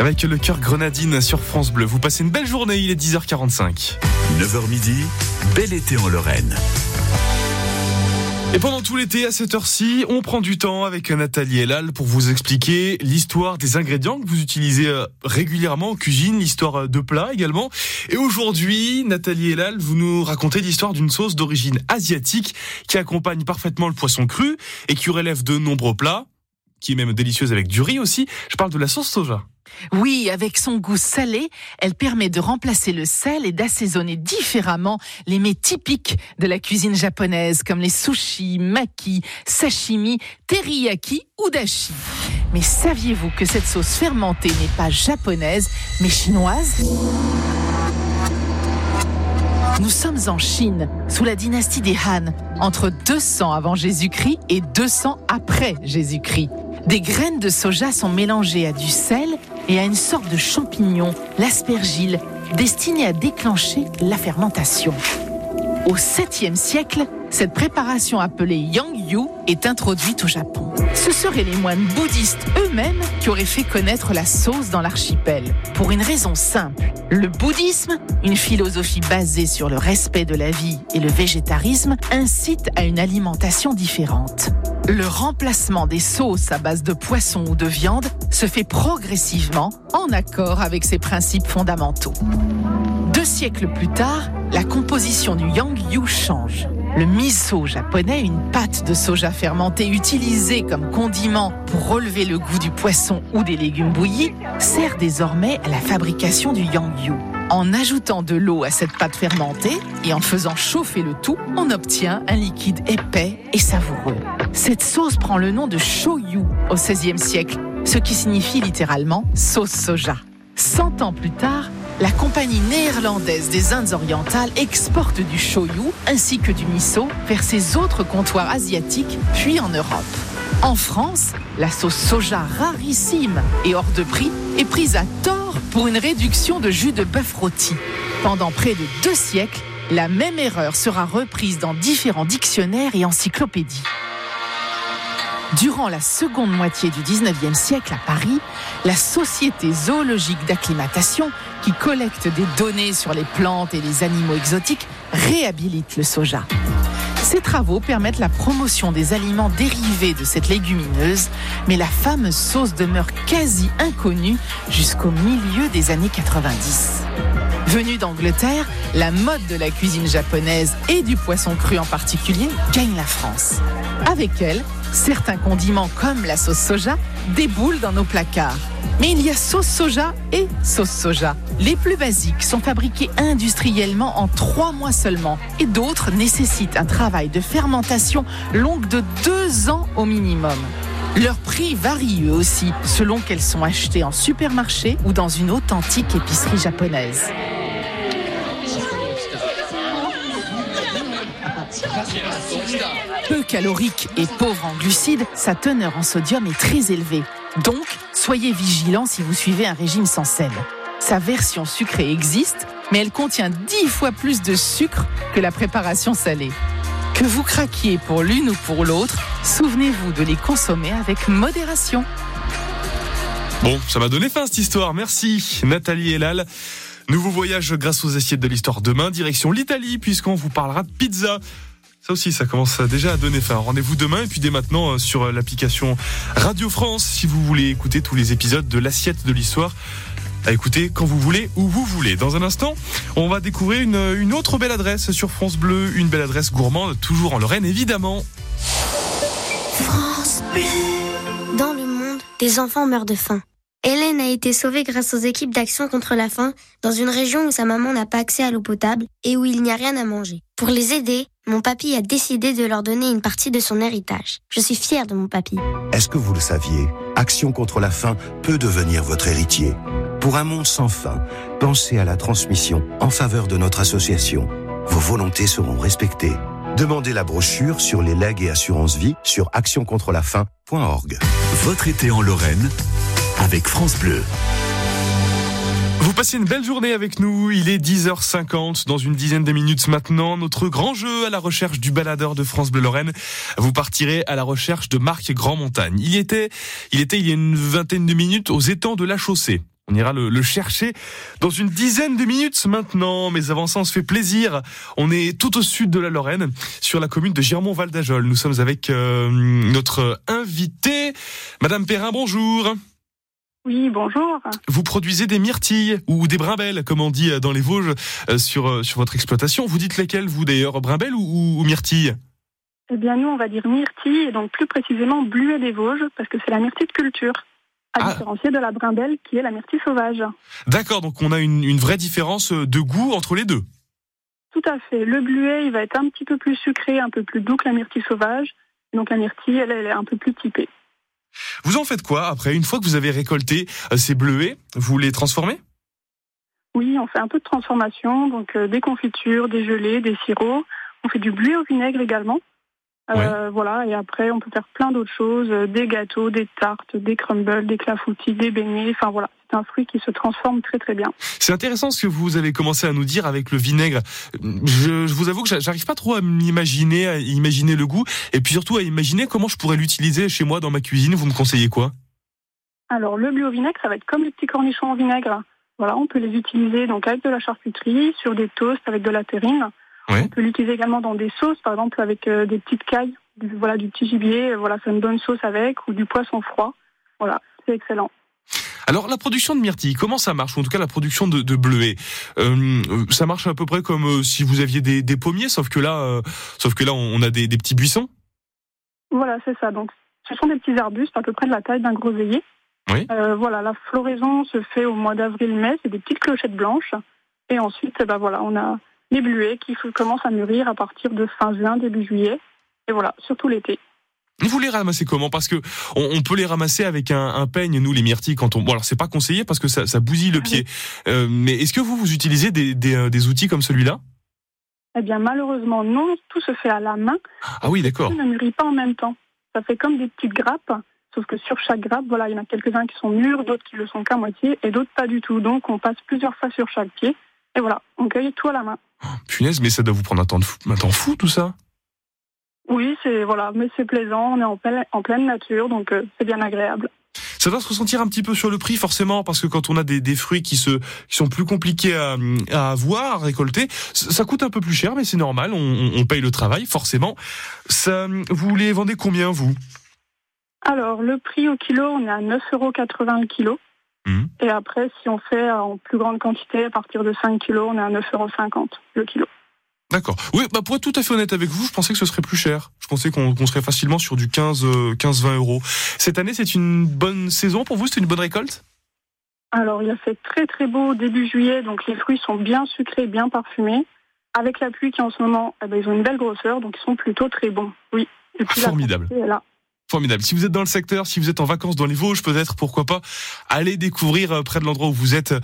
avec le cœur grenadine sur France Bleu. Vous passez une belle journée, il est 10h45. 9h midi, bel été en Lorraine. Et pendant tout l'été, à cette heure-ci, on prend du temps avec Nathalie Elal pour vous expliquer l'histoire des ingrédients que vous utilisez régulièrement en cuisine, l'histoire de plats également. Et aujourd'hui, Nathalie Elal, vous nous racontez l'histoire d'une sauce d'origine asiatique qui accompagne parfaitement le poisson cru et qui relève de nombreux plats, qui est même délicieuse avec du riz aussi. Je parle de la sauce soja. Oui, avec son goût salé, elle permet de remplacer le sel et d'assaisonner différemment les mets typiques de la cuisine japonaise, comme les sushis, maki, sashimi, teriyaki ou dashi. Mais saviez-vous que cette sauce fermentée n'est pas japonaise, mais chinoise ? Nous sommes en Chine, sous la dynastie des Han, entre 200 avant Jésus-Christ et 200 après Jésus-Christ. Des graines de soja sont mélangées à du sel et à une sorte de champignon, l'aspergille, destiné à déclencher la fermentation. Au 7e siècle, cette préparation appelée Yangyu est introduite au Japon. Ce seraient les moines bouddhistes eux-mêmes qui auraient fait connaître la sauce dans l'archipel. Pour une raison simple, le bouddhisme, une philosophie basée sur le respect de la vie et le végétarisme, incite à une alimentation différente. Le remplacement des sauces à base de poisson ou de viande se fait progressivement en accord avec ces principes fondamentaux. 2 siècles plus tard, la composition du Yangyu change. Le miso japonais, une pâte de soja fermentée utilisée comme condiment pour relever le goût du poisson ou des légumes bouillis, sert désormais à la fabrication du Yangyu. En ajoutant de l'eau à cette pâte fermentée et en faisant chauffer le tout, on obtient un liquide épais et savoureux. Cette sauce prend le nom de shoyu au XVIe siècle, ce qui signifie littéralement sauce soja. 100 ans plus tard, la compagnie néerlandaise des Indes orientales exporte du shoyu ainsi que du miso vers ses autres comptoirs asiatiques, puis en Europe. En France, la sauce soja rarissime et hors de prix est prise à tort pour une réduction de jus de bœuf rôti. Pendant près de 2 siècles, la même erreur sera reprise dans différents dictionnaires et encyclopédies. Durant la seconde moitié du 19e siècle à Paris, la Société zoologique d'acclimatation, qui collecte des données sur les plantes et les animaux exotiques, réhabilite le soja. Ces travaux permettent la promotion des aliments dérivés de cette légumineuse, mais la fameuse sauce demeure quasi inconnue jusqu'au milieu des années 90. Venue d'Angleterre, la mode de la cuisine japonaise et du poisson cru en particulier gagne la France. Avec elle, certains condiments comme la sauce soja déboulent dans nos placards. Mais il y a sauce soja et sauce soja. Les plus basiques sont fabriquées industriellement en 3 mois seulement et d'autres nécessitent un travail de fermentation longue de 2 ans au minimum. Leurs prix varient eux aussi selon qu'elles sont achetées en supermarché ou dans une authentique épicerie japonaise. Peu calorique et pauvre en glucides, sa teneur en sodium est très élevée. Donc, soyez vigilants si vous suivez un régime sans sel. Sa version sucrée existe, mais elle contient 10 fois plus de sucre que la préparation salée. Que vous craquiez pour l'une ou pour l'autre, souvenez-vous de les consommer avec modération. Bon, ça m'a donné faim cette histoire. Merci Nathalie Elal. Nouveau voyage grâce aux assiettes de l'histoire demain, direction l'Italie, puisqu'on vous parlera de pizza. Ça aussi, ça commence déjà à donner faim. Rendez-vous demain et puis dès maintenant sur l'application Radio France si vous voulez écouter tous les épisodes de l'assiette de l'histoire. À écouter quand vous voulez, où vous voulez. Dans un instant, on va découvrir une autre belle adresse sur France Bleu, une belle adresse gourmande, toujours en Lorraine évidemment. France Bleu. Dans le monde, des enfants meurent de faim. Hélène a été sauvée grâce aux équipes d'action contre la faim dans une région où sa maman n'a pas accès à l'eau potable et où il n'y a rien à manger. Pour les aider, mon papy a décidé de leur donner une partie de son héritage. Je suis fière de mon papy. Est-ce que vous le saviez ? Action contre la faim peut devenir votre héritier. Pour un monde sans faim, pensez à la transmission en faveur de notre association. Vos volontés seront respectées. Demandez la brochure sur les legs et assurances vie sur actioncontrelafaim.org. Votre été en Lorraine avec France Bleu. Vous passez une belle journée avec nous, il est 10h50, dans une dizaine de minutes maintenant, notre grand jeu à la recherche du baladeur de France Bleu Lorraine. Vous partirez à la recherche de Marc Grandmontagne. Il était il y a une vingtaine de minutes aux étangs de la Chaussée. On ira le chercher dans une dizaine de minutes maintenant. Mais avant ça, on se fait plaisir. On est tout au sud de la Lorraine, sur la commune de Girmont-Val d'Ajol. Nous sommes avec notre invitée, Madame Perrin, bonjour. Oui, bonjour. Vous produisez des myrtilles ou des brimbelles, comme on dit dans les Vosges, sur votre exploitation. Vous dites lesquelles, vous d'ailleurs, brimbelles ou myrtilles ? Eh bien, nous, on va dire myrtille, et donc plus précisément bluet des Vosges, parce que c'est la myrtille de culture. À différencier de la brimbelle qui est la myrtille sauvage. D'accord, donc on a une vraie différence de goût entre les deux. Tout à fait. Le bluet, il va être un petit peu plus sucré, un peu plus doux que la myrtille sauvage. Donc la myrtille, elle est un peu plus typée. Vous en faites quoi après, une fois que vous avez récolté ces bleuets, vous les transformez ? Oui, on fait un peu de transformation, donc des confitures, des gelées, des sirops. On fait du bluet au vinaigre également. Voilà, et après on peut faire plein d'autres choses, des gâteaux, des tartes, des crumbles, des clafoutis, des beignets, enfin voilà, c'est un fruit qui se transforme très très bien. C'est intéressant ce que vous avez commencé à nous dire avec le vinaigre. Je vous avoue que j'arrive pas trop à imaginer le goût, et puis surtout à imaginer comment je pourrais l'utiliser chez moi dans ma cuisine. Vous me conseillez quoi ? Alors le bluet au vinaigre, ça va être comme les petits cornichons au vinaigre. Voilà, on peut les utiliser donc avec de la charcuterie, sur des toasts avec de la terrine. Ouais. On peut l'utiliser également dans des sauces, par exemple avec des petites cailles, du petit gibier, voilà, ça une bonne sauce avec, ou du poisson froid. Voilà, c'est excellent. Alors la production de myrtilles, comment ça marche ? Ou en tout cas la production de bleuets, ça marche à peu près comme si vous aviez des pommiers, sauf que là on a des petits buissons. Voilà, c'est ça. Donc ce sont des petits arbustes à peu près de la taille d'un groseillier. Oui. Voilà, la floraison se fait au mois d'avril-mai, c'est des petites clochettes blanches, et ensuite, voilà, on a les bleuets qui commencent à mûrir à partir de fin juin, début juillet. Et voilà, surtout l'été. Vous les ramassez comment ? Parce que on peut les ramasser avec un peigne, nous les myrtilles, quand bon alors c'est pas conseillé parce que ça bousille le pied. Mais est-ce que vous utilisez des outils comme celui-là ? Eh bien malheureusement non, tout se fait à la main. Ah oui, d'accord. Tout ne mûrit pas en même temps. Ça fait comme des petites grappes, sauf que sur chaque grappe, voilà, il y en a quelques-uns qui sont mûrs, d'autres qui le sont qu'à moitié, et d'autres pas du tout. Donc on passe plusieurs fois sur chaque pied. Et voilà, on cueille tout à la main. Punaise, mais ça doit vous prendre un temps fou tout ça. Oui, mais c'est plaisant, on est en pleine nature, donc c'est bien agréable. Ça doit se ressentir un petit peu sur le prix forcément, parce que quand on a des fruits qui sont plus compliqués à avoir, à récolter, ça coûte un peu plus cher, mais c'est normal, on paye le travail forcément. Ça, vous les vendez combien vous ? Alors le prix au kilo, on est à 9,80 € le kilo. Et après, si on fait en plus grande quantité, à partir de 5 kilos, on est à 9,50 € le kilo. D'accord. Oui, pour être tout à fait honnête avec vous, je pensais que ce serait plus cher. Je pensais qu'on serait facilement sur du 15-20 €. Cette année, c'est une bonne saison pour vous ? C'est une bonne récolte ? Alors, il a fait très très beau début juillet, donc les fruits sont bien sucrés, bien parfumés. Avec la pluie qui en ce moment, ils ont une belle grosseur, donc ils sont plutôt très bons. Oui. Et puis formidable. La est là. Formidable. Si vous êtes dans le secteur, si vous êtes en vacances dans les Vosges, peut-être, pourquoi pas, aller découvrir près de l'endroit où vous êtes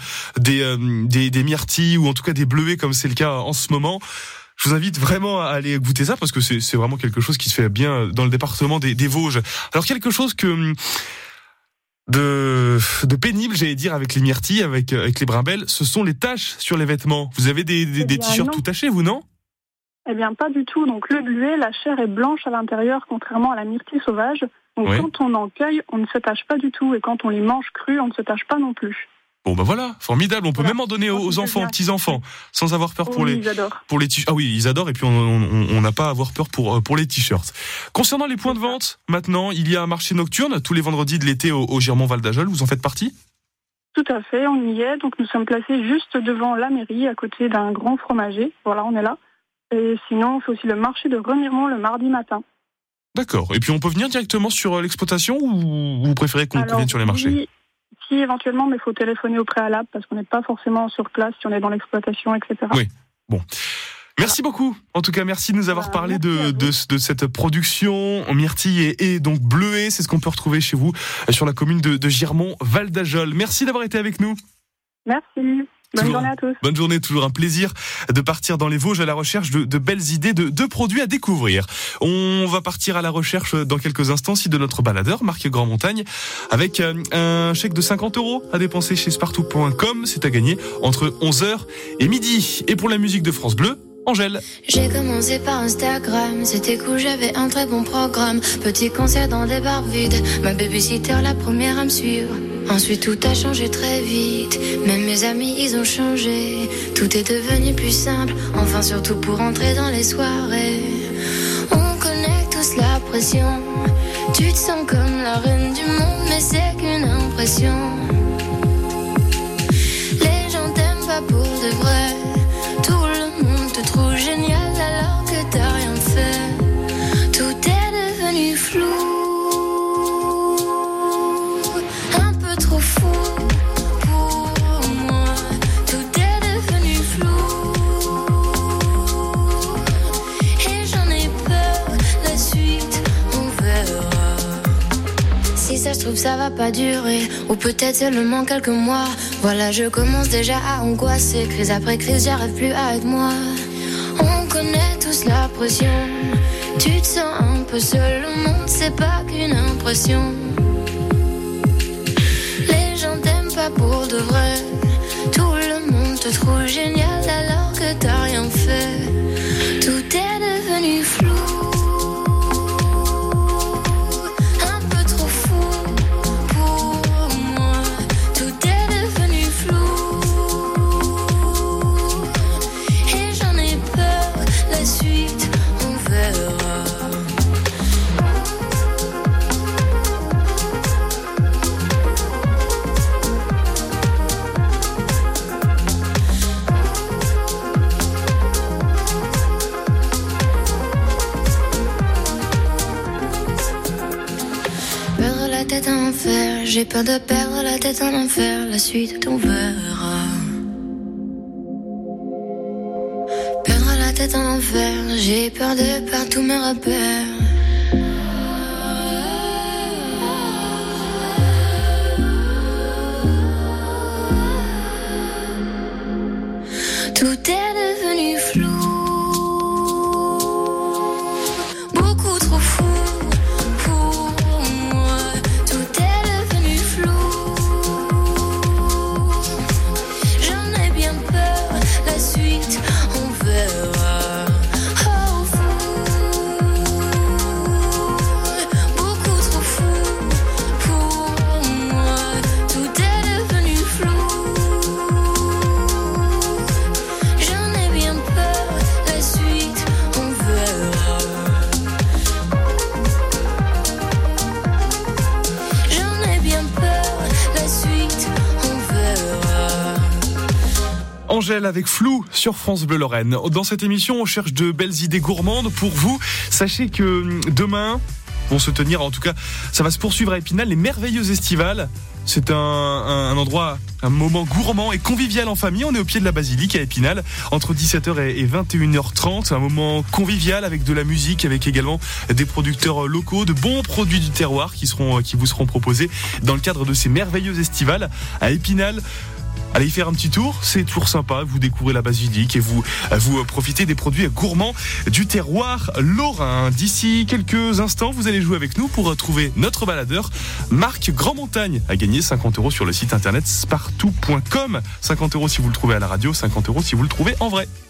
des myrtilles ou en tout cas des bleuets comme c'est le cas en ce moment. Je vous invite vraiment à aller goûter ça parce que c'est vraiment quelque chose qui se fait bien dans le département des Vosges. Alors quelque chose de pénible, j'allais dire, avec les myrtilles, avec les brimbelles, ce sont les taches sur les vêtements. Vous avez des t-shirts non. tout tachés, vous, non ? Eh bien, pas du tout. Donc, le bluet, la chair est blanche à l'intérieur, contrairement à la myrtille sauvage. Donc, Quand on en cueille, on ne se tache pas du tout. Et quand on les mange crus, on ne se tache pas non plus. Bon, voilà, formidable. On peut même en donner aux enfants, aux petits-enfants, sans avoir peur pour les t-shirts. Ah oui, ils adorent. Et puis, on n'a pas à avoir peur pour les t-shirts. Concernant les points de vente, maintenant, il y a un marché nocturne tous les vendredis de l'été au Girmont-Val d'Ajol. Vous en faites partie ? Tout à fait, on y est. Donc, nous sommes placés juste devant la mairie, à côté d'un grand fromager. Voilà, on est là. Et sinon, on fait aussi le marché de Remiremont le mardi matin. D'accord. Et puis, on peut venir directement sur l'exploitation ou vous préférez qu'on vienne sur les marchés ? Oui, si éventuellement, mais il faut téléphoner au préalable parce qu'on n'est pas forcément sur place si on est dans l'exploitation, etc. Oui, bon. Merci beaucoup. En tout cas, merci de nous avoir parlé de cette production en myrtille et donc bleuet. C'est ce qu'on peut retrouver chez vous sur la commune de Girmont-Val d'Ajol. Merci d'avoir été avec nous. Merci. Bonne journée à tous. Bonne journée, toujours un plaisir de partir dans les Vosges à la recherche de belles idées de produits à découvrir. On va partir à la recherche dans quelques instants de notre baladeur, Marc Grandmontagne, avec un chèque de 50 € à dépenser chez Spartou.com. C'est à gagner entre 11h et midi. Et pour la musique de France Bleu, Angèle. J'ai commencé par Instagram, c'était cool, j'avais un très bon programme. Petit concert dans des bars vides, ma babysitter la première à me suivre. Ensuite tout a changé très vite. Même mes amis ils ont changé. Tout est devenu plus simple. Enfin surtout pour entrer dans les soirées. On connaît tous la pression. Tu te sens comme la reine du monde, mais c'est qu'une impression. Les gens t'aiment pas pour de vrai. Tout le monde te trouve génial alors que t'as rien fait. Tout est devenu flou. Un peu trop fou pour moi. Tout est devenu flou. Et j'en ai peur, la suite on verra. Si ça se trouve ça va pas durer. Ou peut-être seulement quelques mois. Voilà je commence déjà à angoisser. Crise après crise j'arrive plus à être moi. On connaît tous la pression. Tu te sens un peu seul. Le monde c'est pas qu'une impression. Les gens t'aiment pas pour de vrai. Tout le monde te trouve génial alors que t'as rien fait. Tout est devenu flou. Un peu trop fou pour moi. Tout est devenu flou. Et j'en ai peur, la suite on verra. Perdre la tête en enfer, j'ai peur de perdre la tête en enfer, la suite on verra. Perdre la tête en enfer, j'ai peur de perdre tous mes repères. Tout est devenu flou. Beaucoup trop fou pour moi. Tout est devenu flou. J'en ai bien peur, la suite on verra. Oh fou. Beaucoup trop fou pour moi. Tout est devenu flou. J'en ai bien peur, la suite on verra. J'en ai bien peur, la suite on verra. Angèle avec Flou sur France Bleu Lorraine. Dans cette émission, on cherche de belles idées gourmandes pour vous. Sachez que demain vont se tenir, en tout cas, ça va se poursuivre à Épinal, les Merveilleuses Estivales. C'est un endroit, un moment gourmand et convivial en famille. On est au pied de la basilique à Épinal, entre 17h et 21h30. Un moment convivial avec de la musique, avec également des producteurs locaux, de bons produits du terroir qui vous seront proposés dans le cadre de ces Merveilleuses Estivales à Épinal. Allez y faire un petit tour, c'est toujours sympa, vous découvrez la basilique et vous profitez des produits gourmands du terroir lorrain. D'ici quelques instants, vous allez jouer avec nous pour trouver notre baladeur, Marc Grandmontagne, à gagner 50 € sur le site internet spartou.com. 50 € si vous le trouvez à la radio, 50 € si vous le trouvez en vrai.